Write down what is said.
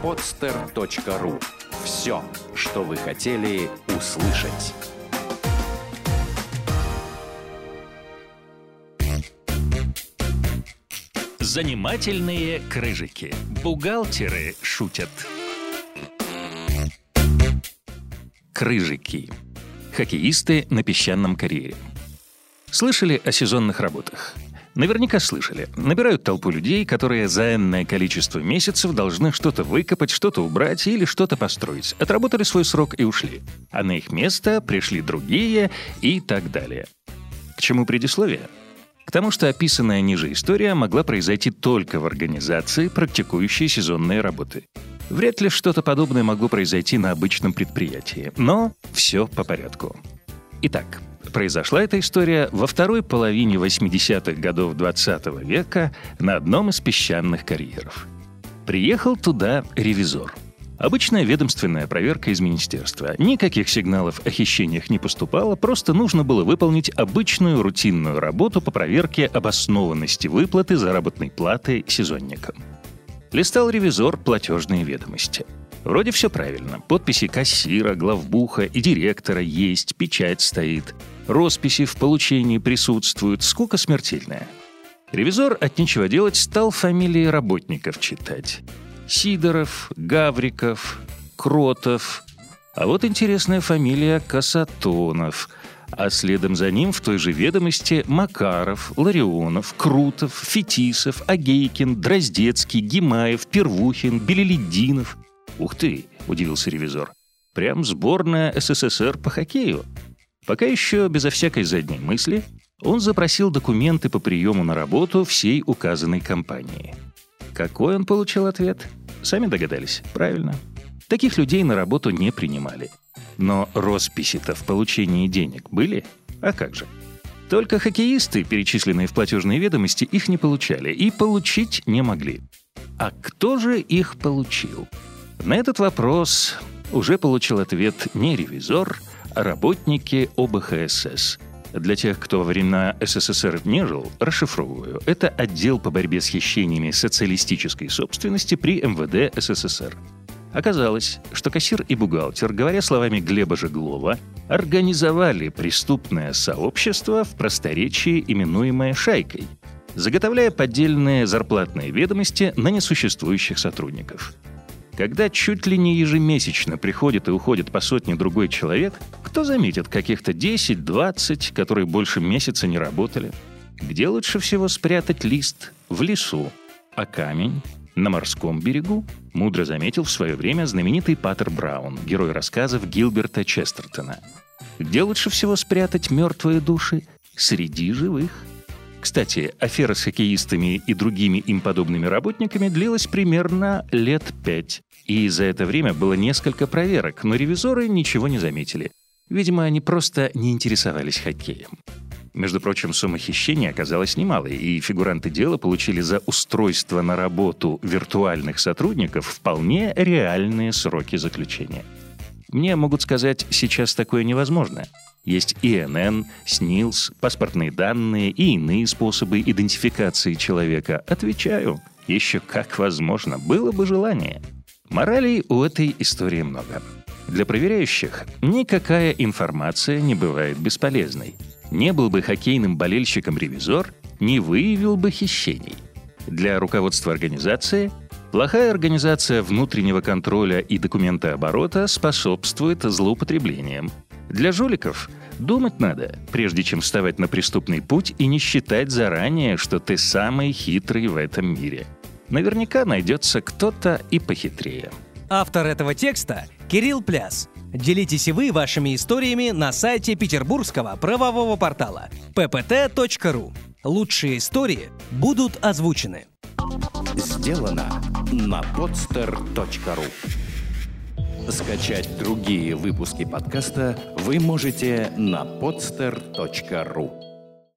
podster.ru. Все, что вы хотели услышать. Занимательные крыжики. Бухгалтеры шутят. Крыжики. Хоккеисты на песчаном карьере. Слышали о сезонных работах? Наверняка слышали. Набирают толпу людей, которые за энное количество месяцев должны что-то выкопать, что-то убрать или что-то построить. Отработали свой срок и ушли. А на их место пришли другие и так далее. К чему предисловие? К тому, что описанная ниже история могла произойти только в организации, практикующей сезонные работы. Вряд ли что-то подобное могло произойти на обычном предприятии. Но все по порядку. Итак, произошла эта история во второй половине 80-х годов 20 века на одном из песчаных карьеров. Приехал туда ревизор. Обычная ведомственная проверка из министерства. Никаких сигналов о хищениях не поступало, просто нужно было выполнить обычную рутинную работу по проверке обоснованности выплаты заработной платы сезонникам. Листал ревизор платежные ведомости. Вроде все правильно. Подписи кассира, главбуха и директора есть, печать стоит. Росписи в получении присутствуют, скука смертельная. Ревизор от нечего делать стал фамилии работников читать. Сидоров, Гавриков, Кротов. А вот интересная фамилия Касатонов. А следом за ним в той же ведомости Макаров, Ларионов, Крутов, Фетисов, Агейкин, Дроздецкий, Гимаев, Первухин, Белеледдинов. «Ух ты!» — удивился ревизор. «Прям сборная СССР по хоккею». Пока еще безо всякой задней мысли он запросил документы по приему на работу всей указанной компании. Какой он получил ответ? Сами догадались, правильно. Таких людей на работу не принимали. Но росписи-то в получении денег были? А как же? Только хоккеисты, перечисленные в платежные ведомости, их не получали и получить не могли. А кто же их получил? На этот вопрос уже получил ответ не ревизор, а работники ОБХСС. Для тех, кто во времена СССР не жил, расшифровываю. Это отдел по борьбе с хищениями социалистической собственности при МВД СССР. Оказалось, что кассир и бухгалтер, говоря словами Глеба Жеглова, организовали преступное сообщество в просторечии, именуемое «шайкой», заготовляя поддельные зарплатные ведомости на несуществующих сотрудников. Когда чуть ли не ежемесячно приходит и уходит по сотне другой человек, кто заметит каких-то 10-20, которые больше месяца не работали? Где лучше всего спрятать лист? В лесу. А камень? На морском берегу? Мудро заметил в свое время знаменитый Паттер Браун, герой рассказов Гилберта Честертона. Где лучше всего спрятать мертвые души? Среди живых. Кстати, афера с хоккеистами и другими им подобными работниками длилась примерно лет 5. И за это время было несколько проверок, но ревизоры ничего не заметили. Видимо, они просто не интересовались хоккеем. Между прочим, сумма хищений оказалась немалой, и фигуранты дела получили за устройство на работу виртуальных сотрудников вполне реальные сроки заключения. Мне могут сказать, сейчас такое невозможно. Есть ИНН, СНИЛС, паспортные данные и иные способы идентификации человека. Отвечаю, еще как возможно, было бы желание. Моралей у этой истории много. Для проверяющих никакая информация не бывает бесполезной. Не был бы хоккейным болельщиком ревизор, не выявил бы хищений. Для руководства организации плохая организация внутреннего контроля и документооборота способствует злоупотреблениям. Для жуликов думать надо, прежде чем вставать на преступный путь и не считать заранее, что ты самый хитрый в этом мире. Наверняка найдется кто-то и похитрее. Автор этого текста – Кирилл Пляс. Делитесь и вы вашими историями на сайте петербургского правового портала ppt.ru. Лучшие истории будут озвучены. Сделано на podster.ru. Скачать другие выпуски подкаста вы можете на podster.ru.